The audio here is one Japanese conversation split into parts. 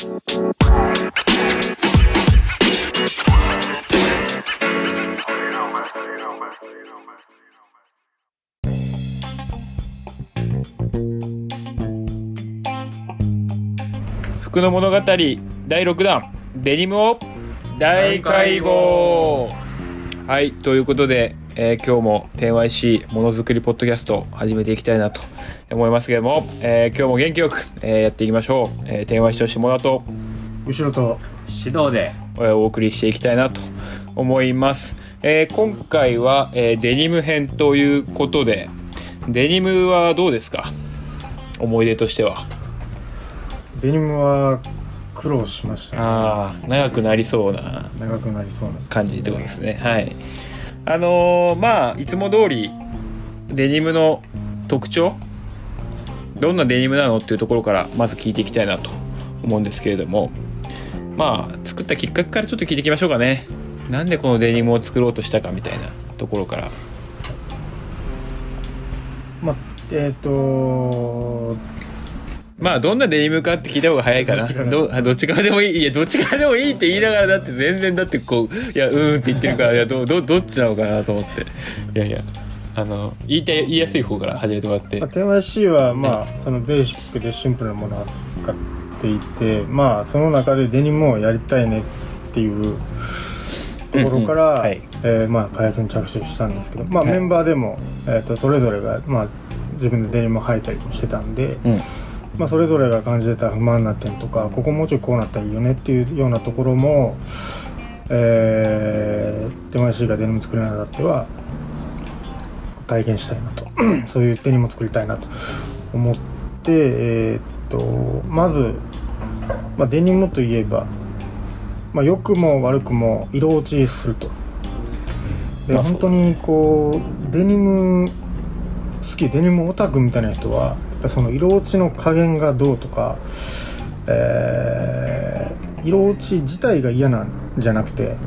服の物語第6弾デニムを大解剖。はい、ということで、今日も 10YC ものづくりポッドキャストを始めていきたいなと思いますけれども、今日も元気よく、やっていきましょう。10YC と下田と後ろと指導でお送りしていきたいなと思います。今回は、デニム編ということで、デニムはどうですか？思い出としては。 デニムは苦労しましたね。 長くなりそうな感じってことですね。はい。いつも通りデニムの特徴、どんなデニムなのっていうところからまず聞いていきたいなと思うんですけれども、作ったきっかけからちょっと聞いていきましょうかね。なんでこのデニムを作ろうとしたかみたいなところから。どんなデニムかって聞いた方が早いかな。どっちからでもいい。いや、どっちからでもいいって言いながら、だって全然だってこう、いや、って言ってるから、いや、どっちなのかなと思って。いや、言いやすい方から始めてもらって。 10YC はそのベーシックでシンプルなものを扱っていて、その中でデニムをやりたいねっていうところから、開発に着手したんですけど、メンバーでも、それぞれが、自分でデニムを履いたりしてたんで、それぞれが感じてた不満な点とか、ここもうちょいこうなったらいいよねっていうようなところも、10YC がデニム作るにあたっては体験したいなとそういうデニムを作りたいなと思って、まず、デニムといえば、良くも悪くも色落ちすると。で、本当にこうデニム好き、デニムオタクみたいな人はその色落ちの加減がどうとか、色落ち自体が嫌なんじゃなくて、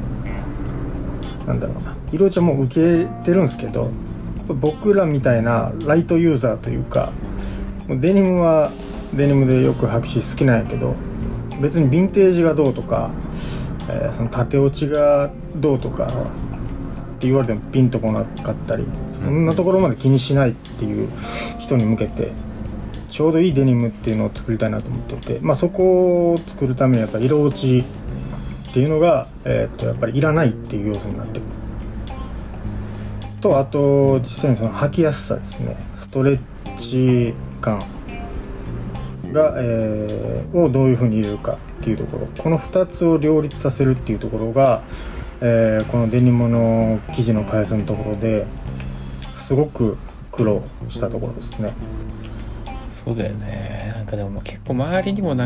色落ちはもう受け入れてるんですけど、僕らみたいなライトユーザーというか、デニムはデニムでよく履くし好きなんやけど、別にヴィンテージがどうとか、その縦落ちがどうとかって言われてもピンとこなかったり、そんなところまで気にしないっていう人に向けてちょうどいいデニムっていうのを作りたいなと思っていて、そこを作るためにやっぱり色落ちっていうのが、やっぱりいらないっていう要素になってくると、あと実際にその履きやすさですね、ストレッチ感が、をどういう風に入れるかっていうところ、この2つを両立させるっていうところが、このデニムの生地の開発のところですごく苦労したところですね。 そうだよね。でも結構周りにも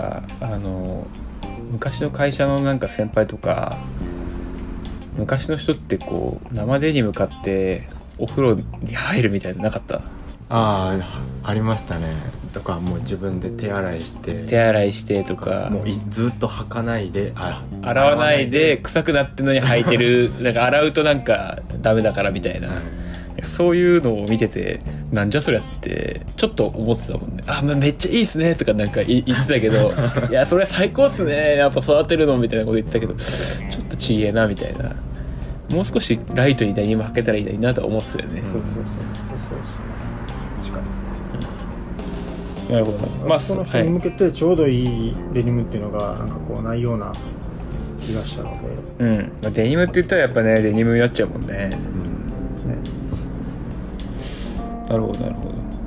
昔の会社の先輩とか、昔の人ってこう生デニム買ってお風呂に入るみたいなのなかった？ ありましたね。とかもう自分で手洗いしてとか、もうずっと履かないで洗わないで臭くなってるのに履いてる洗うとダメだからみたいな、そういうのを見てて、なんじゃそりゃってちょっと思ってたもんね。めっちゃいいっすねとか言ってたけどいやそれ最高っすね、やっぱ育てるのみたいなこと言ってたけど、ちょっとちげえなみたいな、もう少しライトにデニム履けたらいいのになとは思ってたよね。そうなるほど。 その人に向けてちょうどいいデニムっていうのがないような気がしたので、 デニムって言ったらやっぱね、デニムになっちゃうもんね。なるほど。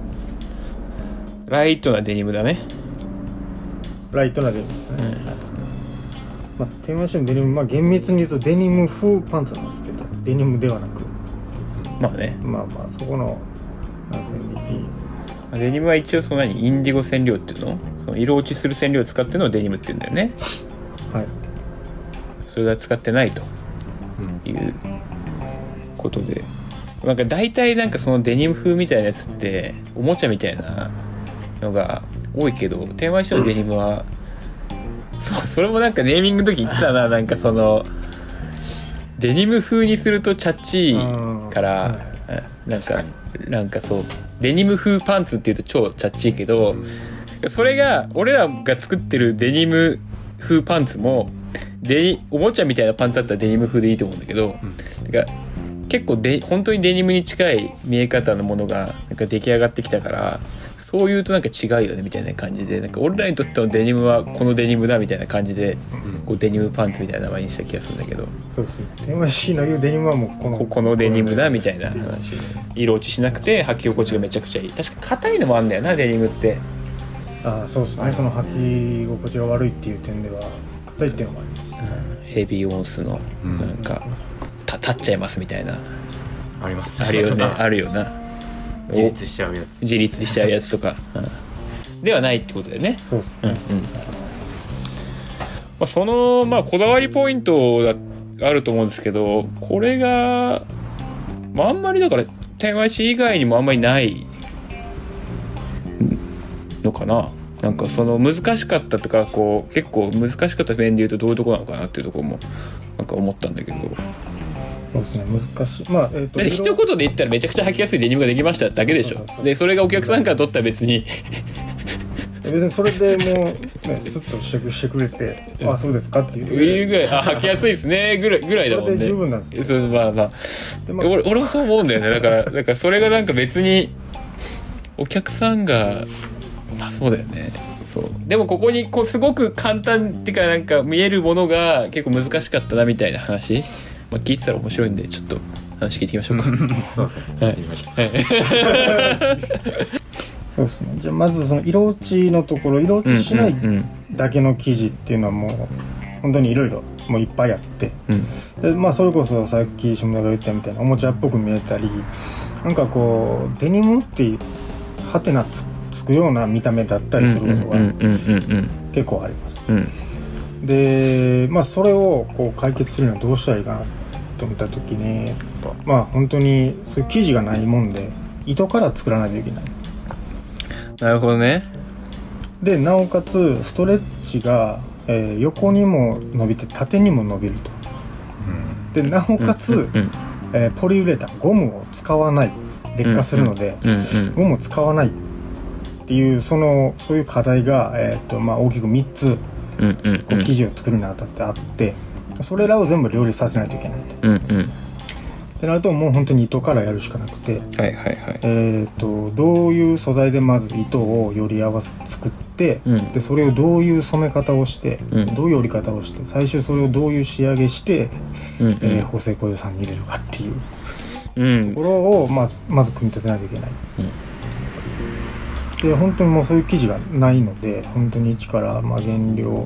ライトなデニムだね。 ライトなデニムですね。10YCのデニム、厳密に言うとデニム風パンツなんですけど、デニムではなく、そこのデニムは一応インディゴ染料っていうの？その色落ちする染料を使ってるのをデニムって言うんだよね。 はい。 それが使ってないということで、大体そのデニム風みたいなやつっておもちゃみたいなのが多いけど、10YCのデニムはそれもネーミングの時言ってたな。そのデニム風にするとチャッチーから、そうデニム風パンツっていうと超チャッチーけど、 それが俺らが作ってるデニム風パンツもおもちゃみたいなパンツだったらデニム風でいいと思うんだけど、なんか結構本当にデニムに近い見え方のものがなんか出来上がってきたから、そういうとなんか違うよねみたいな感じで、なんか俺らにとってのデニムはこのデニムだみたいな感じで、こうデニムパンツみたいな名前にした気がするんだけど、 そうですね。TMIC の言うデニムはもうこのデニムだみたいな話で、色落ちしなくて履き心地がめちゃくちゃいい。確か硬いのもあるんだよなデニムって。 ああそうですね。その履き心地が悪いっていう点では硬いっていうのもある、 ヘビーオンスのなんか、立っちゃいますみたいなありますあるよねあるよな。 自立しちゃうやつ、 自立しちゃうやつとか、ではないってことだよね。 そうですね。 そのこだわりポイントがあると思うんですけど、これが、あんまりだから TMIC 以外にもあんまりないのかな。なんかその難しかったとか、こう結構難しかった面で言うとどういうとこなのかなっていうところもなんか思ったんだけど。 そうですね、難しい。 だって一言で言ったらめちゃくちゃ履きやすいデニムができましただけでしょ。でそれがお客さんから取ったら別に別にそれでもう、ね、スッとしてくれてあそうですかっていうぐらい、履きやすいですねぐらいだもんね。 それで十分なんですよ。 俺もそう思うんだよね。だからそれがなんか別にお客さんがそうだよね。そうでもここにこうすごく簡単っていうかなんか見えるものが結構難しかったなみたいな話、聞いてたら面白いんでちょっと話聞いていきましょうか。 そうそう、 はい、 そうですね。じゃあまずその色落ちのところ、色落ちしないだけの生地っていうのはもう本当にいろいろもういっぱいあって、でそれこそさっき下田が言ったみたいなおもちゃっぽく見えたり、なんかこうデニムってハテナつくような見た目だったりすることが結構あります。でそれをこう解決するにはどうしたらいいかなと思った時に、本当にそういう生地がないもんで糸から作らないといけない。 なるほどね。 でなおかつストレッチが、横にも伸びて縦にも伸びると。でなおかつ、ポリウレタンゴムを使わない、劣化するので、ゴムを使わないっていうそういう課題が、大きく3つこう生地を作るにあたってあって、それらを全部両立させないといけないと。ってなるともう本当に糸からやるしかなくて、どういう素材でまず糸をより合わせて作って、でそれをどういう染め方をして、どういう織り方をして、最終それをどういう仕上げして、縫製工場さんに入れるかっていうところを、まず組み立てないといけない。で本当にもうそういう生地がないので、本当に一から、原料、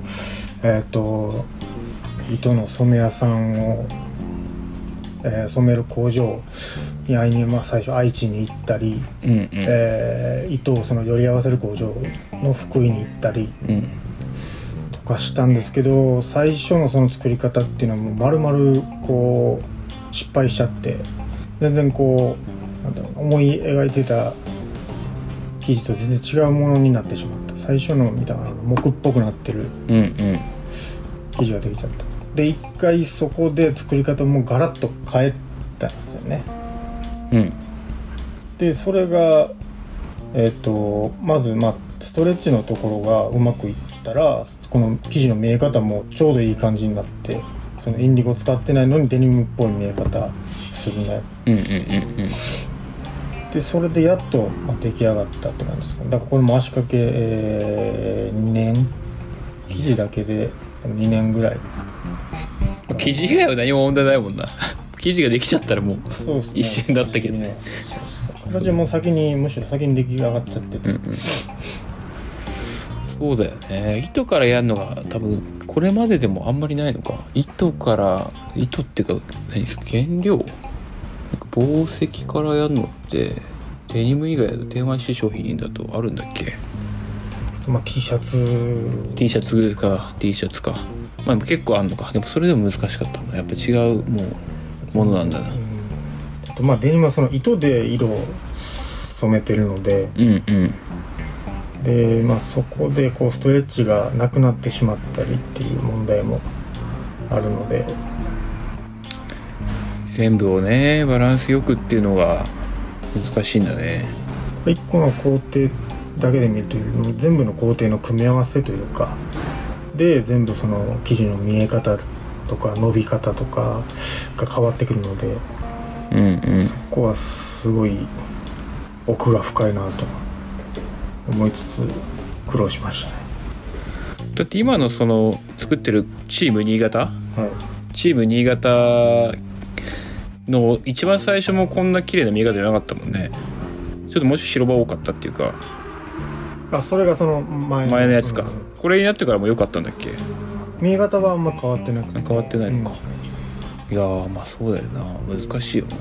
糸の染め屋さんを、染める工場に会いに、最初愛知に行ったり、糸をそのより合わせる工場の福井に行ったり、とかしたんですけど、最初のその作り方っていうのはもう丸々こう失敗しちゃって、全然こうなんだろう、思い描いてた生地と全然違うものになってしまった。最初の見た木っぽくなってる生地ができちゃった。で一回そこで作り方もガラッと変えたんですよね。でそれがまずストレッチのところがうまくいったら、この生地の見え方もちょうどいい感じになって、そのインディゴ使ってないのにデニムっぽい見え方するね。でそれでやっと出来上がったって感じですね。だからこれも足掛け、2年生地だけで2年ぐらい。 生地以外は何も問題ないもんな。生地ができちゃったらもう一瞬だったけどね。 形はもうむしろ先に出来上がっちゃってて、 そうだよね。糸からやるのが多分これまででもあんまりないのか。糸っていうか原料紡績からやるのってデニム以外だとTMIC商品だとあるんだっけ。 T シャツか。結構あんのか。でもそれでも難しかったんだ。やっぱ違うものなんだな。 デニムはその糸で色を染めてるので、でそこでこうストレッチがなくなってしまったりっていう問題もあるので、 全部をねバランスよくっていうのが難しいんだね。 1個の工程だけで見ると全部の工程の組み合わせというかで全部その生地の見え方とか伸び方とかが変わってくるので、そこはすごい奥が深いなと思いつつ苦労しましたね。 だって今のその作ってるチーム新潟、チーム新潟の一番最初もこんな綺麗な見え方じゃなかったもんね。ちょっともうちょい白場多かったっていうか。 それがその前のやつか、これになってからも良かったんだっけ。 見え方はあんま変わってなくて。 変わってないのか、いやまあそうだよな、難しいよな。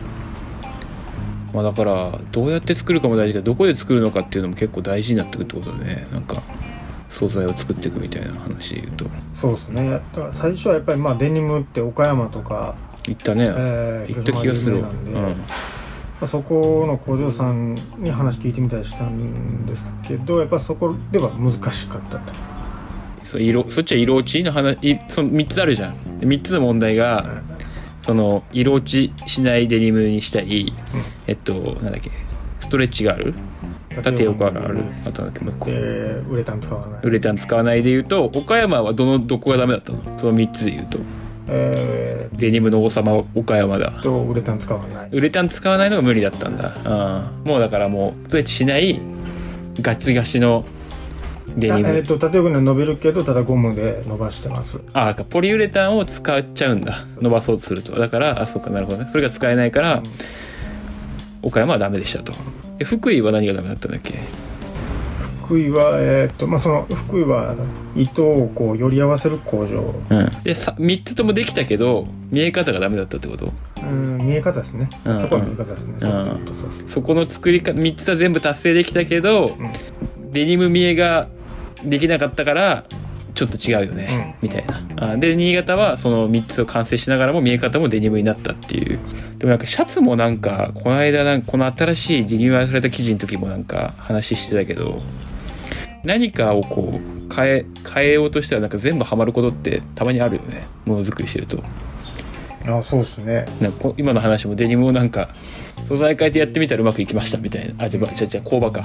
まあだからどうやって作るかも大事だけど、どこで作るのかっていうのも結構大事になってくるってことだね。なんか素材を作っていくみたいな話で言うと。 そうですね。だから最初はやっぱりデニムって岡山とか行ったね、行った気がする。 そこの工場さんに話聞いてみたりしたんですけど、やっぱそこでは難しかったと。 そっちは色落ちの話、その3つあるじゃん。3つの問題が、その色落ちしないデニムにしたい、なんだっけ、ストレッチがある、縦横ある、あとなんだっけ、もう一個、 ウレタン使わない。 ウレタン使わないで言うと、岡山はどこがダメだったの？その3つで言うと。デニムの王様岡山だとウレタン使わない。 ウレタン使わないのが無理だったんだ。もうだからもうストレッチしないガチガチのデニム。 縦横には伸びるけどただゴムで伸ばしてます。 ポリウレタンを使っちゃうんだ、伸ばそうとすると。だからそうか、なるほどね。それが使えないから、岡山はダメでしたと。福井は何がダメだったんだっけ。 福井はその福井は糸をこうより合わせる工場、 で3つともできたけど見え方がダメだったってこと。 見え方ですね。そこは見え方ですね。 そこの作り方3つは全部達成できたけど、デニム見えができなかったからちょっと違うよね、みたいな。で新潟はその3つを完成しながらも見え方もデニムになったっていう。でもなんかシャツもなんかこの間この新しいリニューアルされた生地の時もなんか話してたけど、何かをこう変えようとしたらなんか全部ハマることってたまにあるよね、ものづくりしてると。 そうですね。 なんか今の話もデニムをなんか素材変えてやってみたらうまくいきましたみたいな。じゃあ工場か、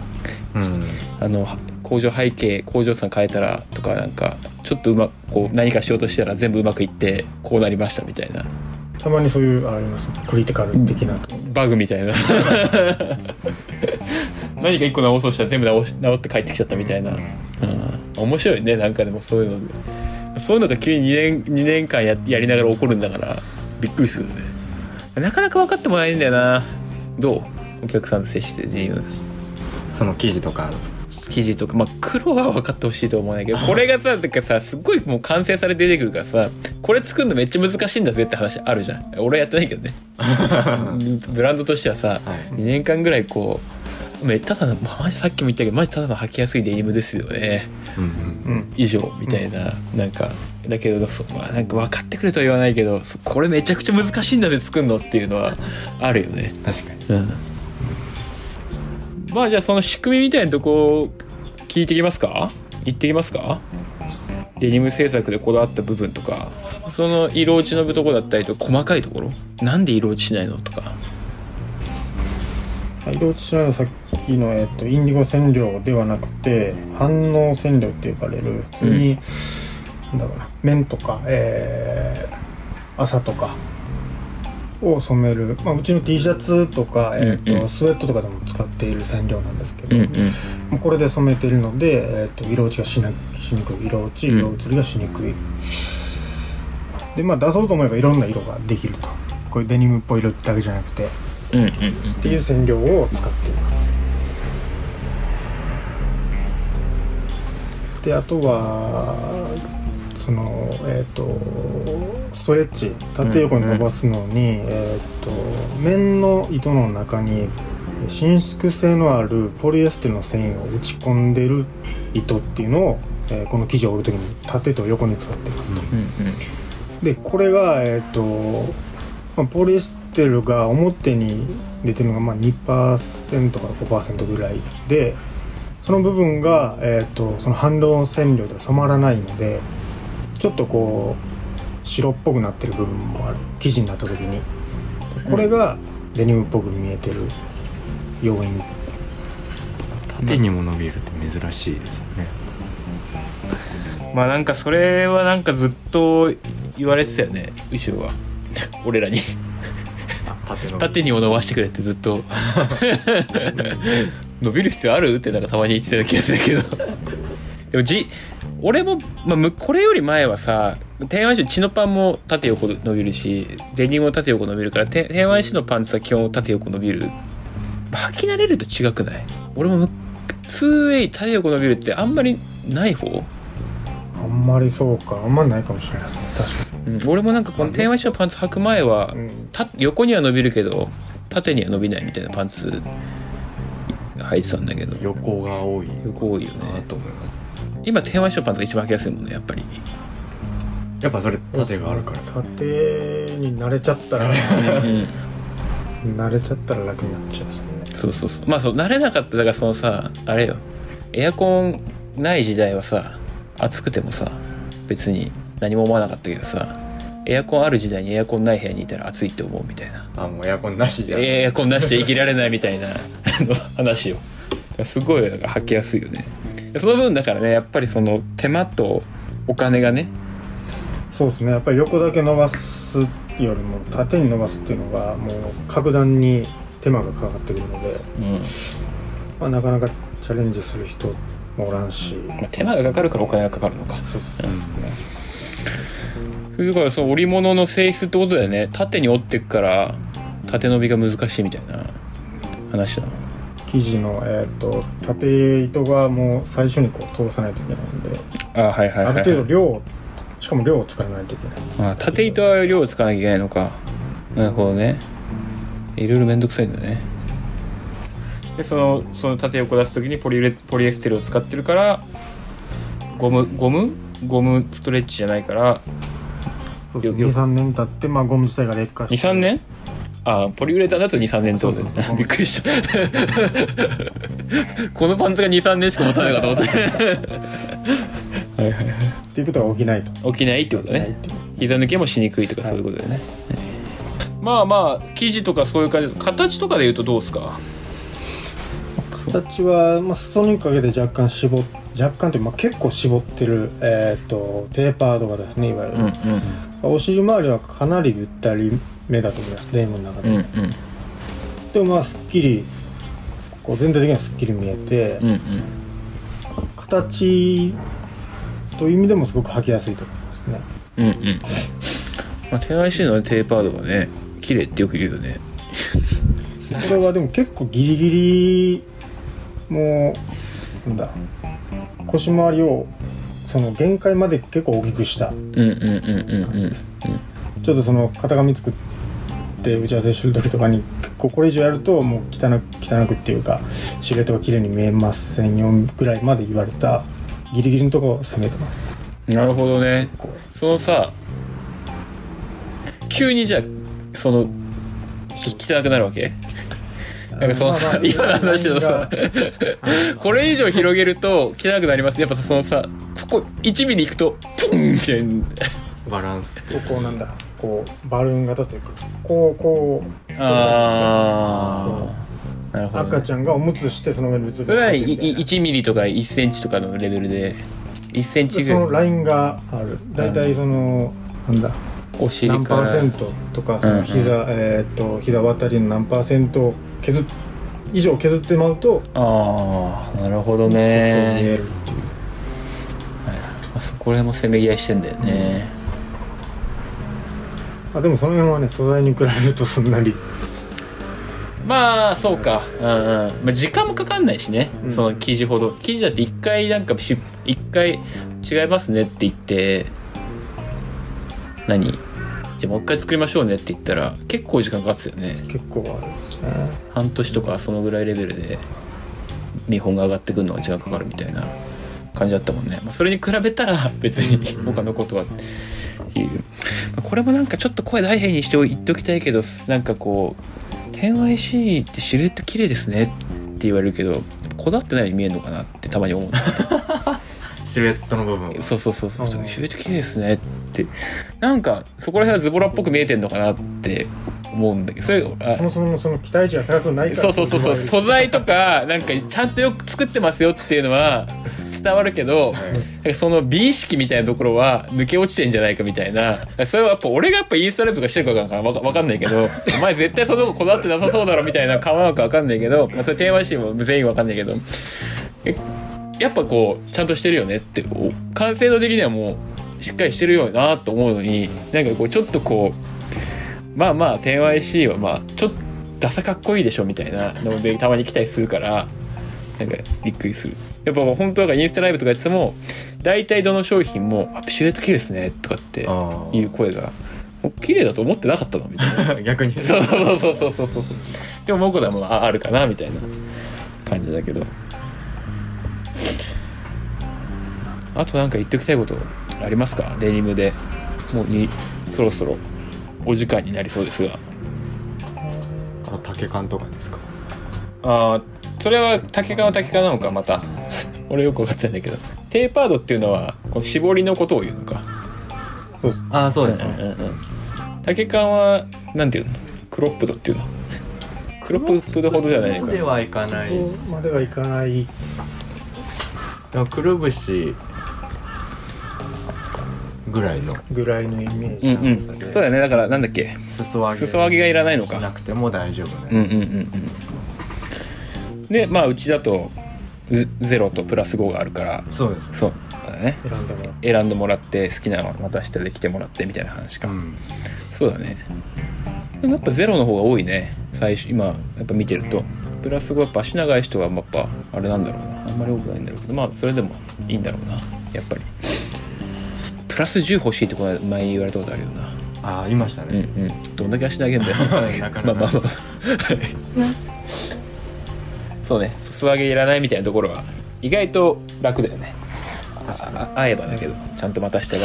工場背景工場さん変えたらとか、なんかちょっとこう何かしようとしたら全部うまくいってこうなりましたみたいな。 たまにそういうあります。クリティカル的なバグみたいな何か一個直そうしたら全部直って帰ってきちゃったみたいな、面白いね。なんかでもそういうのが急に2年間やりながら起こるんだからびっくりするよね。なかなか分かってもらえないんだよな。どう？お客さんと接してデニム、 その生地とか黒は分かってほしいと思うんだけど、これがさ、だからさ、すっごいもう完成されて出てくるからさ、これ作るのめっちゃ難しいんだぜって話あるじゃん。俺はやってないけどねブランドとしてはさ、2年間ぐらいこうただの、マジさっきも言ったけどマジただの履きやすいデニムですよね、以上みたいな、なんかだけどなんか分かってくれとは言わないけど、これめちゃくちゃ難しいんだね作るのっていうのはあるよね。 確かに。 じゃあその仕組みみたいなとこ聞いてきますか？言ってきますか？デニム制作でこだわった部分とか、その色落ちのとこだったりと細かいところ、なんで色落ちしないのとか。 色落ちしないのさっきの、インディゴ染料ではなくて反応染料って呼ばれる普通に、なんだろうな、綿とか、麻とかを染める、うちの T シャツとか、スウェットとかでも使っている染料なんですけど、これで染めているので、色落ちがしにくい、色落ち、色移りがしにくい、で出そうと思えばいろんな色ができると。こういうデニムっぽい色だけじゃなくて、っていう染料を使っています。であとはそのストレッチ縦横に伸ばすのに、綿の糸の中に伸縮性のあるポリエステルの繊維を打ち込んでる糸っていうのを、この生地を織る時に縦と横に使っていますと。でこれが、ポリエステルが表に出てるのが2% から 5% ぐらいで、その部分が、その反動染料で染まらないので、ちょっとこう白っぽくなってる部分もある、生地になった時に。これがデニムっぽく見えてる要因。 縦にも伸びるって珍しいですよね。 まあなんかそれはなんかずっと言われてたよね、後ろは俺らに縦にも伸ばしてくれってずっと伸びる必要あるってなんかたまに言ってたような気がするけどでも俺も、まあ、これより前はさ、天腕師のチノパンも縦横伸びるし、デニムも縦横伸びるから、天腕師のパンツは基本縦横伸びる。履き慣れると違くない？俺も 2way 縦横伸びるってあんまりない方？ あんまりそうか、あんまりないかもしれないですね、確かに。 俺もなんかこの天腕師のパンツ履く前は、横には伸びるけど縦には伸びないみたいなパンツ履いてたんだけど、 横が多いよねと思います。 今天腕師のパンツが一番履きやすいもんね、やっぱり。 やっぱそれ縦があるから縦に慣れちゃったら慣れちゃったら楽になっちゃうですね。 そうまあそう慣れなかっただからそのさ、あれよ、エアコンない時代はさ、暑くてもさ別に何も思わなかったけどさ、エアコンある時代にエアコンない部屋にいたら暑いって思うみたいな。 もうエアコンなしじゃん、 エアコンなしで生きられないみたいな話よ。すごいなんか履きやすいよね。その分だからね、やっぱりその手間とお金がね。 そうですね、やっぱり横だけ伸ばすよりも縦に伸ばすっていうのがもう格段に手間がかかってくるので、まあ、なかなかチャレンジする人もおらんし、 手間がかかるからお金がかかるのか。 そうですね。だからそう織物の性質ってことだよね。縦に折っていくから縦伸びが難しいみたいな話だ。 生地の、縦糸がもう最初にこう通さないといけないんで、ある程度量、しかも量を使わないといけない。 縦糸は量を使わなきゃいけないのか。なるほどね。いろいろめんどくさいんだね。でその縦横出す時にポリエステルを使ってるからゴムストレッチじゃないから、 2,3 年経って、まあ、ゴム自体が劣化して 2,3 年？ポリウレタンだと 2,3 年ってことで、びっくりしたこのパンツが 2,3 年しか持たないかと思ってはいっていうことが起きないってことね。膝抜けもしにくいとかそういうことだよね、まあ生地とかそういう感じ。形とかで言うとどうですか？ 形は、まあ、裾にかけて若干という、まあ、結構絞ってる、テーパードがですね、いわゆる、お尻周りはかなりゆったり目だと思います、デニムの中で、でもまあすっきりこう全体的にはすっきり見えて、形という意味でもすごく履きやすいと思いますね。 まあ、天腕シのテーパードがね綺麗ってよく言うよねこれはでも結構ギリギリもうなんだ腰回りをその限界まで結構大きくした感じです。ちょっとその型紙作って打ち合わせする時とかに結構これ以上やるともう汚くっていうかシルエットが綺麗に見えませんよぐらいまで言われたギリギリのところを攻めてます。 なるほどね。そのさ急にじゃあその汚くなるわけ？なんかそのさ、今の話のさこれ以上広げると汚くなります。やっぱそのさここ1ミリいくとプンみたいなバランスこうなんだこうバルーン型というかこうなるほど、ね、 赤ちゃんがおむつしてその上にそれは1ミリとか1センチとかのレベルで1センチぐらいそのラインがある。だいたいそのなんだお尻から何%とかその膝渡りの何%以上削ってまうとなるほどね。 そう見えるっていう、 そこら辺もせめぎ合いしてんだよね、 でもその辺はね素材に比べるとそんなにまあそうか、まあ、時間もかかんないしね、その生地ほど。生地だって1回なんか1回違いますねって言ってじゃあもう一回作りましょうねって言ったら結構時間かかってたよね。 結構あるんですね。 半年とかそのぐらいレベルで見本が上がってくるのが時間かかるみたいな感じだったもんね。まあ、それに比べたら別に他のことはいう、これもなんかちょっと声大変にして言っておきたいけど、なんかこう天腕シってシルエット綺麗ですねって言われるけどこだわってないように見えるのかなってたまに思うシシルエットの部分。 そうシルエット綺麗ですねってなんかそこら辺はズボラっぽく見えてんのかなって思うんだけど、それそもそもその期待値が高くないから。 そう素材とかなんかちゃんとよく作ってますよっていうのは伝わるけど、なんかその美意識みたいなところは抜け落ちてんじゃないかみたいな、それはやっぱ俺がやっぱインスタライブとかしてるか分かんないけどお前絶対その子こだわってなさそうだろみたいな顔なのか分かんないけど、それテーマシーンも全員分かんないけど、やっぱこうちゃんとしてるよねって、完成度的にはもうしっかりしてるよなと思うのに、なんかこうちょっとこうまあ 10YC はまあちょっとダサかっこいいでしょみたいなのでたまに来たりするからなんかびっくりする。やっぱ本当はインスタライブとかやってても大体どの商品もシルエット綺麗ですねとかっていう声が綺麗だと思ってなかったのみたいな逆にそうでも僕らもあるかなみたいな感じだけど、あとなんか言っておきたいことありますか？デニムでもうそろそろお時間になりそうですが。 竹缶とかですか？ それは竹缶なのかまた俺よく分かってないんだけど、テーパードっていうのはこの絞りのことを言うのか。 そうですね、 竹缶はなんていうの？クロップドっていうの？クロップドほどじゃないのか。 ではいかないまではいかない。 くるぶしぐらいのイメージなんですね。 そうだね。だからなんだっけ、裾上げがいらないのか。 しなくても大丈夫ね。 でうちだと0とプラス5があるから、 そうです、 そうだね。選んでもらって好きなのまた下で来てもらってみたいな話か。そうだね。でもやっぱ0の方が多いね。最初今やっぱ見てるとプラス5やっぱ足長い人はやっぱあれなんだろうな、あんまり多くないんだろうけど、それでもいいんだろうなやっぱり。プラス10欲しいって前言われたことあるよな。 言いましたね。 どんだけ足投げんだよなかなかそうね、裾上げいらないみたいなところは意外と楽だよね。合えばだけどちゃんと股下が、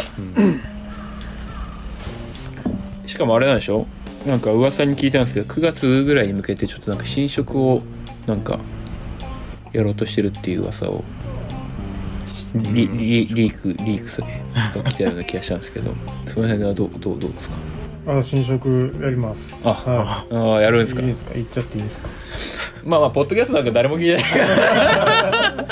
しかもあれなんでしょ、なんか噂に聞いたんですけど9月ぐらいに向けてちょっとなんか新色をなんかやろうとしてるっていう噂をリークさが来てるような気がしたんですけど、その辺はどうですか？ 新色やります。 やるんですか？ いいですか？言っちゃっていいですか？ ポッドキャストなんか誰も聞いてない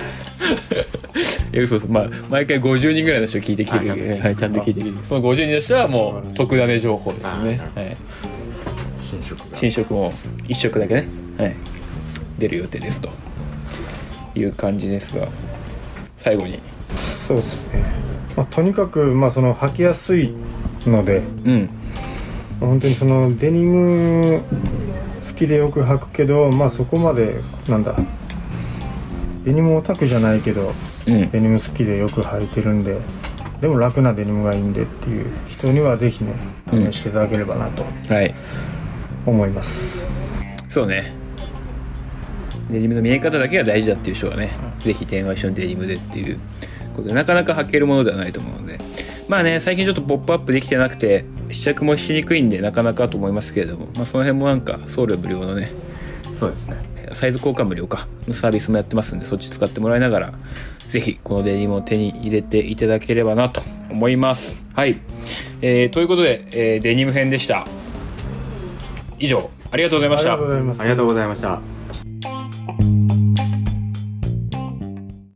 嘘です。毎回50人ぐらいの人聞いてきてる、ちゃんと聞いてきてる。その50人の人はもう特ダネ情報ですよね。新色も1色だけね、出る予定ですという感じですが、最後にそうですね、とにかくその履きやすいので、本当にそのデニム好きでよく履くけど、そこまでデニムオタクじゃないけど、デニム好きでよく履いてるんで、でも楽なデニムがいいんでっていう人にはぜひね試していただければなと思います。 そうね、デニムの見え方だけが大事だっていう人はね、ぜひ10YCのデニムでっていうことで、なかなか履けるものではないと思うので、最近ちょっとポップアップできてなくて試着もしにくいんでなかなかと思いますけれども、その辺もなんか送料無料のね、 そうですね、 サイズ交換無料かのサービスもやってますんで、そっち使ってもらいながらぜひこのデニムを手に入れていただければなと思います。はい、ということで、デニム編でした。以上ありがとうございました。 ありがとうございました。